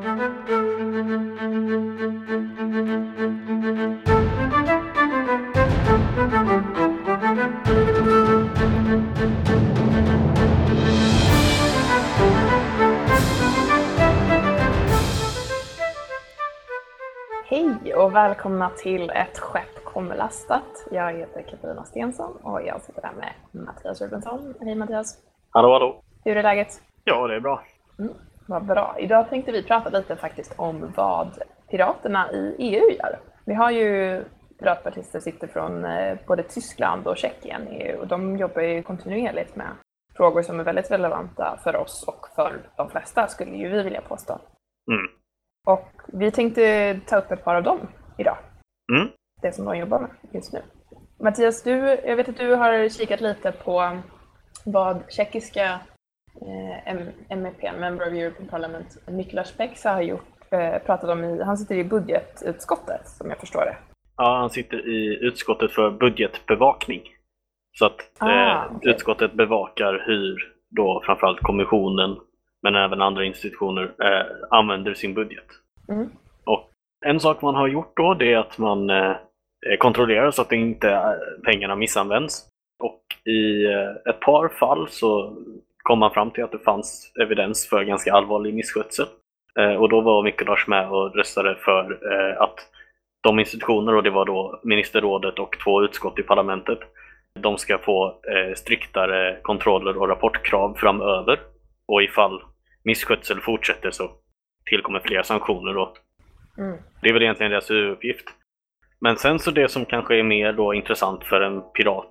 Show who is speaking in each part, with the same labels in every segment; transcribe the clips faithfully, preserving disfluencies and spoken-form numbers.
Speaker 1: Hej och välkomna till Ett skepp kommer lastat. Jag heter Katarina Stensson och jag sitter där med Mattias Rubensson. Hej Mattias.
Speaker 2: Hallå, hallå.
Speaker 1: Hur är läget?
Speaker 2: Ja, det är bra.
Speaker 1: Mm, vad bra. Idag tänkte vi prata lite faktiskt om vad piraterna i E U gör. Vi har ju piratpartister sitter från både Tyskland och Tjeckien i E U och de jobbar ju kontinuerligt med frågor som är väldigt relevanta för oss och för de flesta skulle ju vi vilja påstå.
Speaker 2: Mm.
Speaker 1: Och vi tänkte ta upp ett par av dem idag.
Speaker 2: Mm.
Speaker 1: Det som de jobbar med just nu. Mattias, du, jag vet att du har kikat lite på vad tjeckiska eh, M E P, Member of European Parliament, Miklas Peksa har gjort, eh, pratat om i, han sitter i budgetutskottet som jag förstår det.
Speaker 2: Ja, han sitter i utskottet för budgetbevakning. Så att
Speaker 1: ah,
Speaker 2: eh,
Speaker 1: okay.
Speaker 2: utskottet bevakar hur då framförallt kommissionen men även andra institutioner eh, använder sin budget.
Speaker 1: Mm.
Speaker 2: Och en sak man har gjort då det är att man eh, kontrollerar så att det inte eh, pengarna missanvänds. Och i eh, ett par fall så kom man fram till att det fanns evidens för ganska allvarlig misskötsel. Eh, och då var Miklas med och röstade för eh, att de institutioner, och det var då ministerrådet och två utskott i parlamentet, de ska få eh, striktare kontroller och rapportkrav framöver. Och ifall misskötsel fortsätter så tillkommer fler sanktioner då. Mm. Det är väl egentligen deras huvuduppgift. Men sen så det som kanske är mer då intressant för en pirat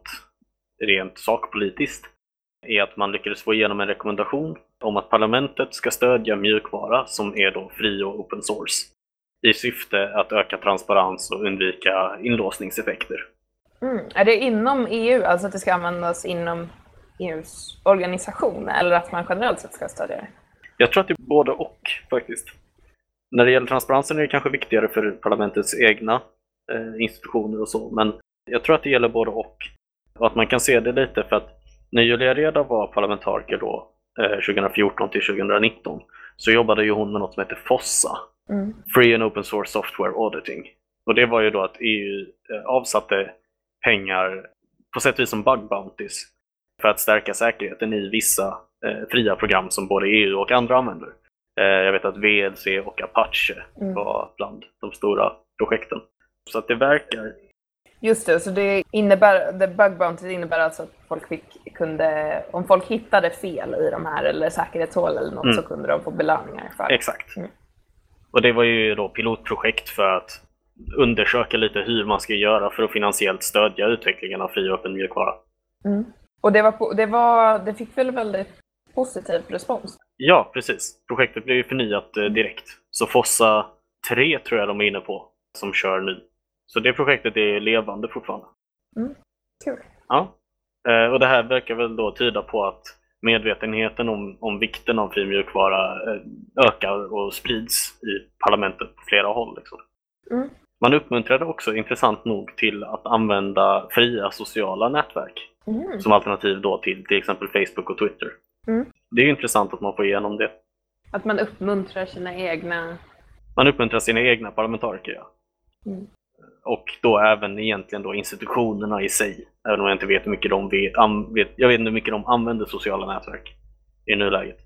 Speaker 2: rent sakpolitiskt är att man lyckades få igenom en rekommendation om att parlamentet ska stödja mjukvara som är då fri och open source i syfte att öka transparens och undvika inlåsningseffekter.
Speaker 1: Mm. Är det inom E U, alltså att det ska användas inom E U:s organisation eller att man generellt sett ska stödja det?
Speaker 2: Jag tror att det är både och faktiskt. När det gäller transparensen är det kanske viktigare för parlamentets egna eh, institutioner och så, men jag tror att det gäller både och. Och att man kan se det lite för att när Julia Reda var parlamentariker då eh, tjugohundrafjorton till tjugohundranitton så jobbade ju hon med något som heter FOSSA, mm. Free and Open Source Software Auditing. Och det var ju då att E U eh, avsatte pengar på sätt och vis som bug bounties för att stärka säkerheten i vissa eh, fria program som både E U och andra använder. Eh, jag vet att V L C och Apache mm. var bland de stora projekten. Så att det verkar...
Speaker 1: Just det, så det innebär, det bug bounty innebär alltså att folk fick, kunde, om folk hittade fel i de här eller säkerhetshål eller något mm. så kunde de få belöningar för.
Speaker 2: Exakt. Mm. Och det var ju då pilotprojekt för att undersöka lite hur man ska göra för att finansiellt stödja utvecklingen av fri och öppen mjukvara.
Speaker 1: Mm. Och det, var, det, var, det fick väl väldigt positiv respons?
Speaker 2: Ja, precis. Projektet blev ju förnyat eh, direkt. Så FOSSA tre tror jag de är inne på som kör nu. Så det projektet är levande fortfarande.
Speaker 1: Mm. Kul.
Speaker 2: Ja. Eh, och det här verkar väl då tyda på att medvetenheten om, om vikten av fri mjukvara eh, ökar och sprids i parlamentet på flera håll. Liksom. Mm. Man uppmuntrade också, intressant nog, till att använda fria sociala nätverk mm. som alternativ då till till exempel Facebook och Twitter. Mm. Det är ju intressant att man får igenom det.
Speaker 1: Att man uppmuntrar sina egna...
Speaker 2: Man uppmuntrar sina egna parlamentariker, ja. Mm. Och då även egentligen då institutionerna i sig. Även om jag inte vet hur mycket de vet, vet, jag vet inte hur mycket de använder sociala nätverk i nuläget.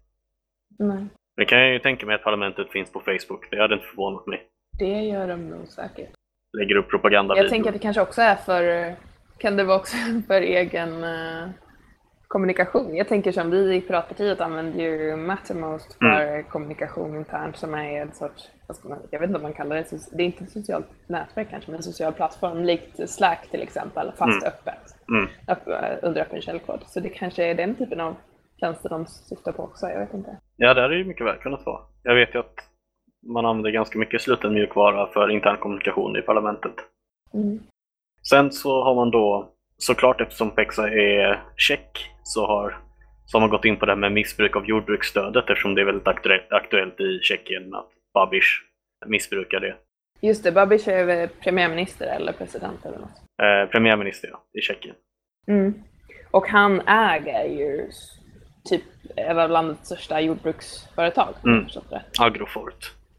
Speaker 1: Nej.
Speaker 2: Men kan jag ju tänka mig att parlamentet finns på Facebook. Det hade inte förvånat mig.
Speaker 1: Det gör de nog säkert.
Speaker 2: Lägger upp propaganda.
Speaker 1: Jag tänker att det kanske också är för, kan det vara också för egen uh, kommunikation. Jag tänker som vi i Piratpartiet använder ju Mattermost för mm. kommunikation internt som är en sorts, vad ska man, jag vet inte om man kallar det, det är inte ett socialt nätverk kanske, men en social plattform likt Slack till exempel, fast mm. öppet, mm. Öpp, under öppen källkod. Så det kanske är den typen av tjänster de syftar på också, jag vet inte.
Speaker 2: Ja, det är ju mycket väl kunnat vara. Jag vet ju att man använder ganska mycket sluten mjukvara för intern kommunikation i parlamentet. Mm. Sen så har man då, såklart eftersom Peksa är tjeck, så har, så har man gått in på det här med missbruk av jordbruksstödet eftersom det är väldigt aktuellt, aktuellt i Tjeckien att Babiš missbrukar det.
Speaker 1: Just det, Babiš är väl premiärminister eller president eller något?
Speaker 2: Eh, premiärminister, ja, i Tjeckien.
Speaker 1: Mm. Och han äger ju typ en av landets största jordbruksföretag.
Speaker 2: Mm. Agrofort.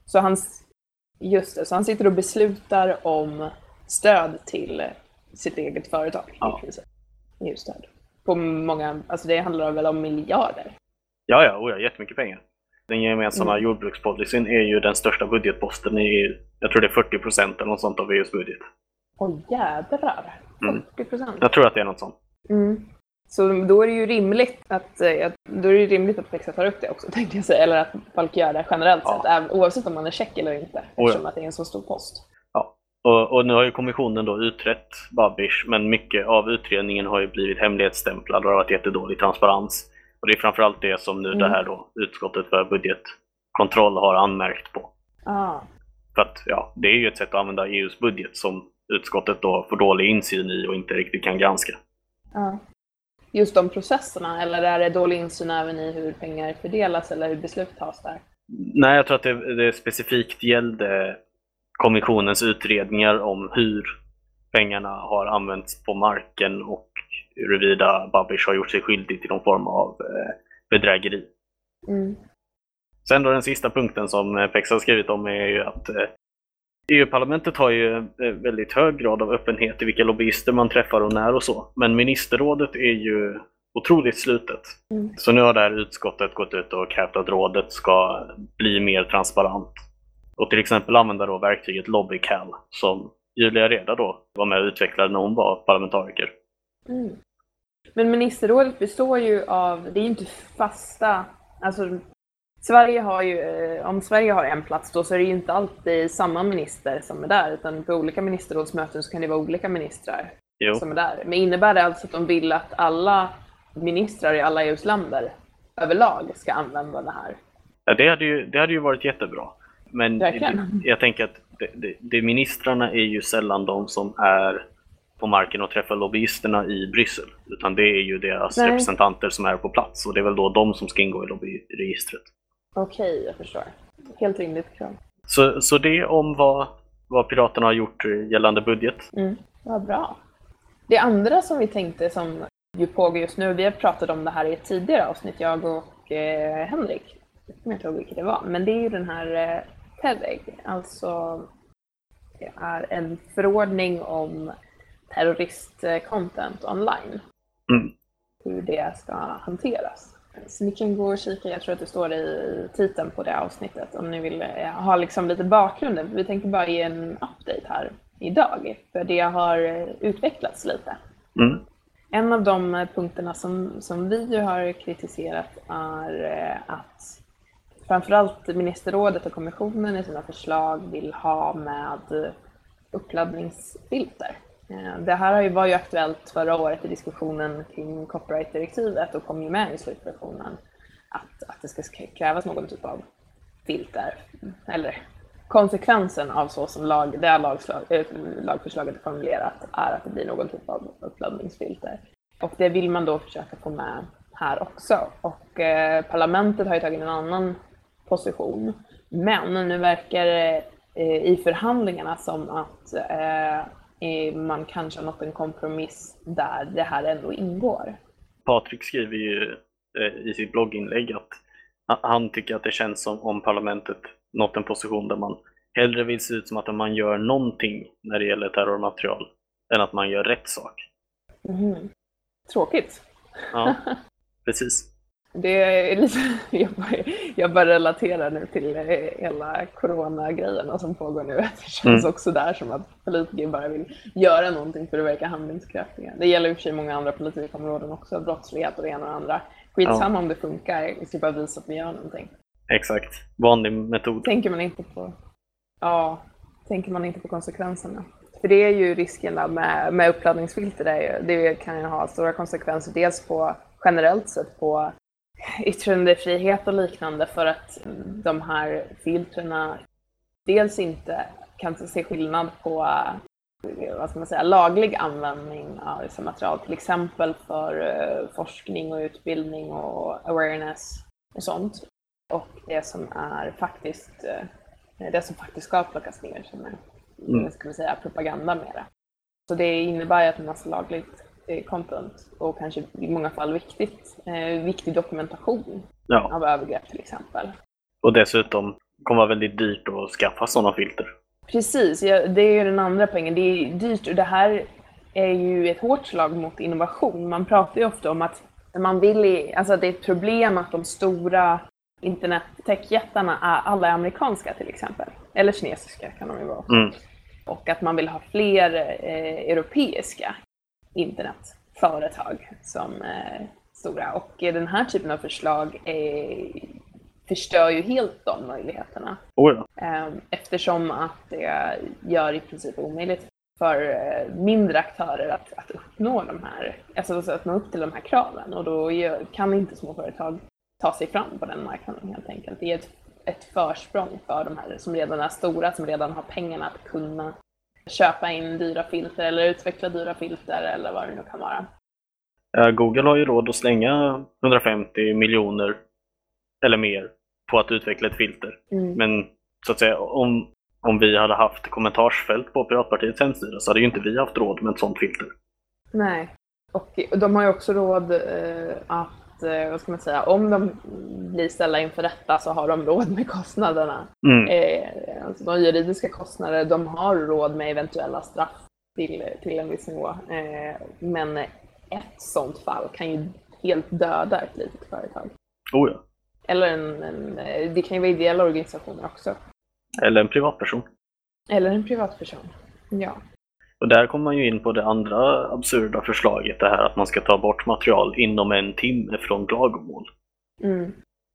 Speaker 1: Så han, just det, så han sitter och beslutar om stöd till sitt eget företag.
Speaker 2: Ja.
Speaker 1: Just det. På många, alltså det handlar väl om miljarder.
Speaker 2: Ja, ja, oh ja, jättemycket pengar. Den gemensamma
Speaker 1: Mm.
Speaker 2: jordbrukspolicyn är ju den största budgetposten i E U. Jag tror det är fyrtio procent eller något sånt av E U:s budget.
Speaker 1: Åh jädrar, fyrtio procent.
Speaker 2: Jag tror att det är något sånt.
Speaker 1: Mm. Så då är det ju rimligt att, eh, då är det rimligt att Pexa tar upp det också, tänkte jag säga. Eller att folk gör det generellt
Speaker 2: Ja.
Speaker 1: sett, även, oavsett om man är check eller inte.
Speaker 2: ja.
Speaker 1: Eftersom att det är en så stor post.
Speaker 2: Ja, och, och nu har ju kommissionen då utrett Babiš, men mycket av utredningen har ju blivit hemlighetsstämplad och det har varit jättedålig transparens. Och det är framförallt det som nu
Speaker 1: Mm.
Speaker 2: det här då, utskottet för budgetkontroll har anmärkt på.
Speaker 1: Ah.
Speaker 2: För att ja, det är ju ett sätt att använda E U:s budget som utskottet då får dålig insyn i och inte riktigt kan granska.
Speaker 1: Ah. Just de processerna, eller är det dålig insyn även i hur pengar fördelas eller hur beslut tas där?
Speaker 2: Nej, jag tror att det, det specifikt gällde kommissionens utredningar om hur pengarna har använts på marken och huruvida Babiš har gjort sig skyldig till någon form av eh, bedrägeri.
Speaker 1: Mm.
Speaker 2: Sen då den sista punkten som Pexa har skrivit om är ju att eh, E U-parlamentet har ju eh, väldigt hög grad av öppenhet i vilka lobbyister man träffar och när och så. Men ministerrådet är ju otroligt slutet.
Speaker 1: Mm.
Speaker 2: Så nu har det här utskottet gått ut och krävt att rådet ska bli mer transparent. Och till exempel använda då verktyget LobbyCal som Julia Reda då var med och utvecklade när hon var parlamentariker.
Speaker 1: Mm. Men ministerrådet består ju av, det är ju inte fasta, alltså Sverige har ju, om Sverige har en plats då så är det ju inte alltid samma minister som är där, utan på olika ministerrådsmöten så kan det vara olika ministrar
Speaker 2: Jo.
Speaker 1: som är där. Men innebär det alltså att de vill att alla ministrar i alla E U:s länder överlag ska använda det här?
Speaker 2: Ja, det hade ju, det hade ju varit jättebra. Men
Speaker 1: Verkligen.
Speaker 2: jag tänker att det, det, det ministrarna är ju sällan de som är på marken och träffar lobbyisterna i Bryssel. Utan det är ju deras
Speaker 1: Nej.
Speaker 2: representanter som är på plats. Och det är väl då de som ska ingå i lobbyregistret.
Speaker 1: Okej, jag förstår. Helt rimligt krav.
Speaker 2: Så, så det om vad, vad Piraterna har gjort gällande budget.
Speaker 1: Mm, vad bra. Det andra som vi tänkte som ju pågår just nu, vi har pratat om det här i ett tidigare avsnitt, jag och eh, Henrik. Jag kommer inte ihåg vilket det var, men det är ju den här eh, TEDEG, alltså det är en förordning om terrorist-content online.
Speaker 2: Mm.
Speaker 1: Hur det ska hanteras. Så ni kan gå och kika, jag tror att det står i titeln på det avsnittet om ni vill eh, ha liksom lite bakgrunden. Vi tänkte bara ge en update här idag, för det har utvecklats lite.
Speaker 2: Mm.
Speaker 1: En av de punkterna som, som vi har kritiserat är att framförallt ministerrådet och kommissionen i sina förslag vill ha med uppladdningsfilter. Det här var ju aktuellt förra året i diskussionen kring copyright-direktivet och kom ju med i slutversionen att, att det ska krävas någon typ av filter. Eller konsekvensen av så som lag, det här lagslag, lagförslaget är formulerat är att det blir någon typ av uppladdningsfilter. Och det vill man då försöka få med här också. Och eh, parlamentet har ju tagit en annan position. Men nu verkar det eh, i förhandlingarna som att eh, man kanske har nått en kompromiss där det här ändå ingår.
Speaker 2: Patrik skriver ju eh, i sitt blogginlägg att han tycker att det känns som om parlamentet nått en position där man hellre vill se ut som att man gör någonting när det gäller terrormaterial än att man gör rätt sak.
Speaker 1: Mm. Tråkigt.
Speaker 2: Ja, precis.
Speaker 1: Det är lite, jag, bara, jag bara relaterar nu till hela coronagrejerna som pågår nu. Det känns mm. också där som att politiker bara vill göra någonting för att verka handlingskraftiga. Det gäller i och för sig många andra politikområden också, brottslighet och det ena och det andra. Skitsamma ja. Om det funkar, vi ska bara visa att vi gör någonting.
Speaker 2: Exakt, vanlig metod.
Speaker 1: Tänker man inte på, ja, tänker man inte på konsekvenserna. För det är ju risken med, med uppladdningsfilter, det, det kan ju ha stora konsekvenser. Dels på generellt sett på yttrandefrihet och liknande, för att de här filtrerna dels inte kan se skillnad på vad ska man säga, laglig användning av dessa material, till exempel för forskning och utbildning och awareness och sånt, och det som är faktiskt det som faktiskt ska plockas ner som är mm. ska vi säga, propaganda med det. Så det innebär att en massa lagligt content och kanske i många fall viktigt, eh, viktig dokumentation ja. Av övergrepp till exempel.
Speaker 2: Och dessutom kommer vara väldigt dyrt att skaffa sådana filter.
Speaker 1: Precis, ja, det är ju den andra poängen. Det är dyrt och det här är ju ett hårt slag mot innovation. Man pratar ju ofta om att man vill, alltså det är ett problem att de stora internet-techjättarna är alla amerikanska till exempel. Eller kinesiska kan de ju vara också. Mm. Och att man vill ha fler eh, europeiska internetföretag som eh, stora. Och den här typen av förslag är, förstör ju helt de möjligheterna.
Speaker 2: Oh ja.
Speaker 1: Eftersom att det gör i princip omöjligt för mindre aktörer att, att uppnå de här, alltså att nå upp till de här kraven. Och då kan inte små företag ta sig fram på den marknaden helt enkelt. Det är ett, ett försprång för de här som redan är stora, som redan har pengarna att kunna köpa in dyra filter eller utveckla dyra filter eller vad det nu kan vara.
Speaker 2: Google har ju råd att slänga hundrafemtio miljoner eller mer på att utveckla ett filter. Mm. Men så att säga, om, om vi hade haft kommentarsfält på Piratpartiets hemsida så hade ju inte vi haft råd med ett sånt filter.
Speaker 1: Nej, och de har ju också råd eh, att, eh, vad ska man säga, om de blir ställda inför detta så har de råd med kostnaderna. Mm. Eh, alltså de juridiska kostnader, de har råd med eventuella straff till, till en viss nivå. Eh, men ett sånt fall kan ju helt döda ett litet företag.
Speaker 2: Oh ja.
Speaker 1: Eller en, en, det kan ju vara ideella organisationer också.
Speaker 2: Eller en privatperson.
Speaker 1: Eller en privatperson, ja.
Speaker 2: Och där kommer man ju in på det andra absurda förslaget, det här att man ska ta bort material inom en timme från klagomål. Mm.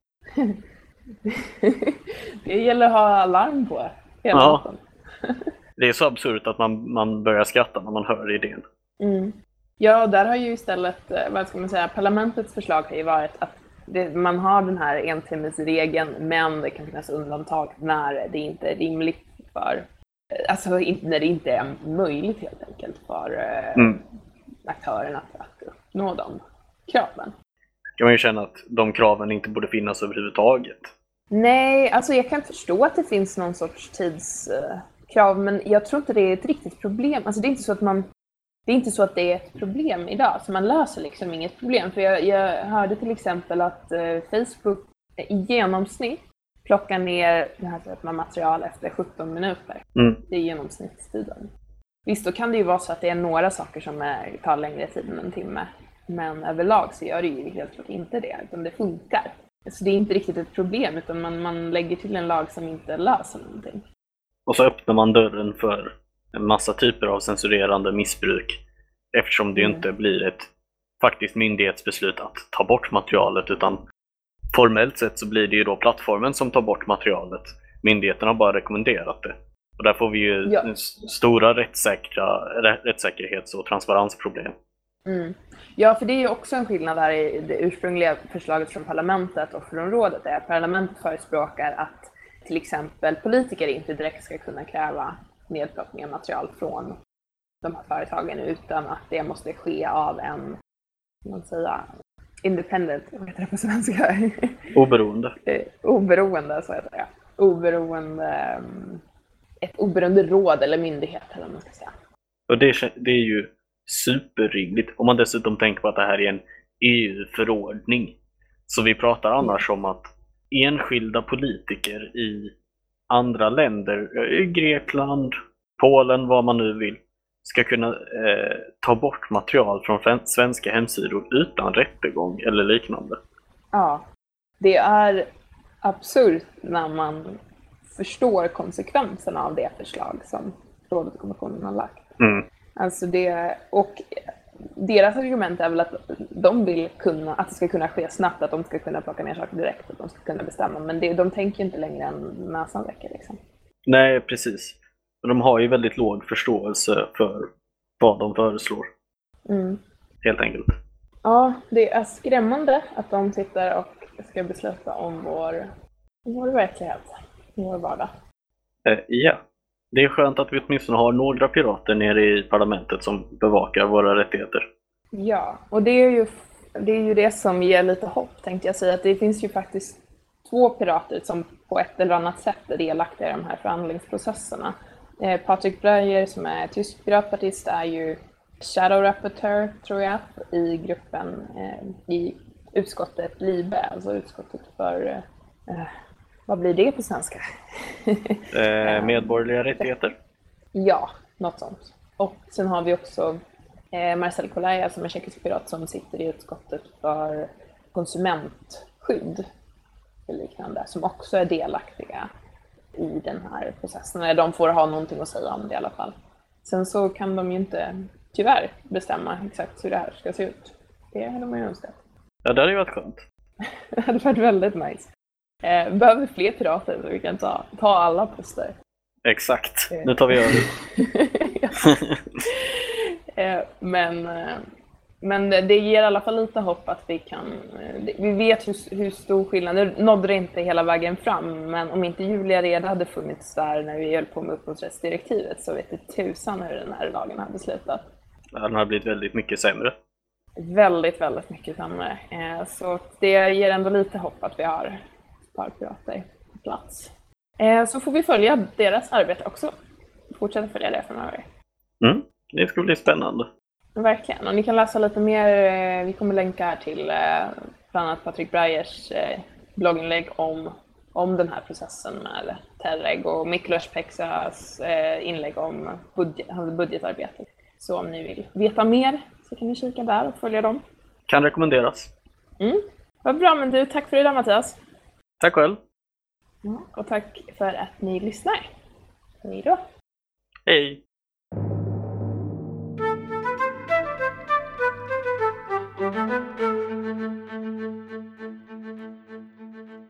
Speaker 1: Det gäller att ha alarm på hela
Speaker 2: ja.
Speaker 1: natten.
Speaker 2: Det är så absurt att man, man börjar skratta när man hör idén.
Speaker 1: Mm. Ja, där har ju istället, vad ska man säga, parlamentets förslag har ju varit att det, man har den här entimmesregeln, men det kan finnas undantag när det inte är rimligt för, alltså när det inte är möjligt helt enkelt för mm. aktören att, att uppnå de kraven.
Speaker 2: Kan man ju känna att de kraven inte borde finnas överhuvudtaget.
Speaker 1: Nej, alltså jag kan förstå att det finns någon sorts tidskrav, men jag tror inte det är ett riktigt problem. Alltså det är inte så att man Det är inte så att det är ett problem idag, så man löser liksom inget problem. För jag, jag hörde till exempel att eh, Facebook i genomsnitt plockar ner det här typen av material efter sjutton minuter. Mm. Det är genomsnittstiden. Visst, då kan det ju vara så att det är några saker som är, tar längre tid än en timme. Men överlag så gör det ju helt klart inte det, utan det funkar. Så det är inte riktigt ett problem, utan man, man lägger till en lag som inte löser någonting.
Speaker 2: Och så öppnar man dörren för en massa typer av censurerande missbruk, eftersom det mm. inte blir ett faktiskt myndighetsbeslut att ta bort materialet, utan formellt sett så blir det ju då plattformen som tar bort materialet. Myndigheterna har bara rekommenderat det. Och där får vi ju ja. stora rättssäkra, rättssäkerhets- och transparensproblem.
Speaker 1: Mm. Ja, för det är ju också en skillnad här i det ursprungliga förslaget från parlamentet och från rådet. Är att parlamentet förespråkar att till exempel politiker inte direkt ska kunna kräva nedplockning av material från de här företagen, utan att det måste ske av en, man säga, independent, vad heter det på svenska?
Speaker 2: Oberoende.
Speaker 1: Oberoende, så heter det. Oberoende, ett oberoende råd eller myndighet, eller vad man ska säga.
Speaker 2: Och det, det är ju superrimligt. Om man dessutom tänker på att det här är en E U-förordning. Så vi pratar annars mm. om att enskilda politiker i andra länder, i Grekland, Polen, vad man nu vill, ska kunna eh, ta bort material från svenska hemsidor utan rättegång eller liknande.
Speaker 1: Ja, det är absurt när man förstår konsekvenserna av det förslag som rådet och kommissionen har lagt. Mm. Alltså det, och deras argument är väl att de vill kunna, att det ska kunna ske snabbt, att de ska kunna plocka ner saker direkt, att de ska kunna bestämma. Men det, de tänker inte längre än näsan räcker liksom.
Speaker 2: Nej, precis. De har ju väldigt låg förståelse för vad de föreslår. Mm. Helt enkelt.
Speaker 1: Ja, det är skrämmande att de sitter och ska besluta om vår, vår verklighet, vår vardag.
Speaker 2: Eh, ja. Det är skönt att vi åtminstone har några pirater nere i parlamentet som bevakar våra rättigheter.
Speaker 1: Ja, och det är ju det, är ju det som ger lite hopp, tänkte jag säga. Att det finns ju faktiskt två pirater som på ett eller annat sätt är delaktiga i de här förhandlingsprocesserna. Eh, Patrik Breyer, som är tysk piratpartist, är ju shadow rapporteur, tror jag, i gruppen, eh, i utskottet LIBE, alltså utskottet för eh, Vad blir det på svenska?
Speaker 2: Eh, medborgerliga rättigheter?
Speaker 1: Ja, något sånt. Och sen har vi också eh, Marcel Kolaja som är tjeckisk pirat som sitter i utskottet för konsumentskydd och liknande, som också är delaktiga i den här processen. Eller de får ha någonting att säga om det i alla fall. Sen så kan de ju inte tyvärr bestämma exakt hur det här ska se ut. Det hade man ju önskat.
Speaker 2: Ja, det hade ju varit skönt.
Speaker 1: Det hade varit väldigt nice. Eh, vi behöver fler pirater så vi kan ta, ta alla poster.
Speaker 2: Exakt, nu tar vi över.
Speaker 1: eh, men, eh, men det ger i alla fall lite hopp att vi kan... Eh, vi vet hur, hur stor skillnad... Det nådde inte hela vägen fram, men om inte Julia redan hade funnits där när vi höll på med upphovsrättsdirektivet så vet det tusan hur den här lagen hade slutat.
Speaker 2: Den har blivit väldigt mycket sämre.
Speaker 1: Väldigt, väldigt mycket sämre. Eh, så det ger ändå lite hopp att vi har ett par pirater på plats. Eh, så får vi följa deras arbete också. Fortsätta följa det framöver.
Speaker 2: Mm, det ska bli spännande.
Speaker 1: Verkligen. Och ni kan läsa lite mer. Eh, vi kommer länka här till eh, bland annat Patrik Breyers eh, blogginlägg om, om den här processen med Terreg och Miklos Peksas eh, inlägg om budget, hans budgetarbete. Så om ni vill veta mer så kan ni kika där och följa dem.
Speaker 2: Kan rekommenderas.
Speaker 1: Mm. Vad bra, men du, tack för idag Mattias.
Speaker 2: Tack själv.
Speaker 1: Ja, och tack för att ni lyssnar. Hej då.
Speaker 2: Hej.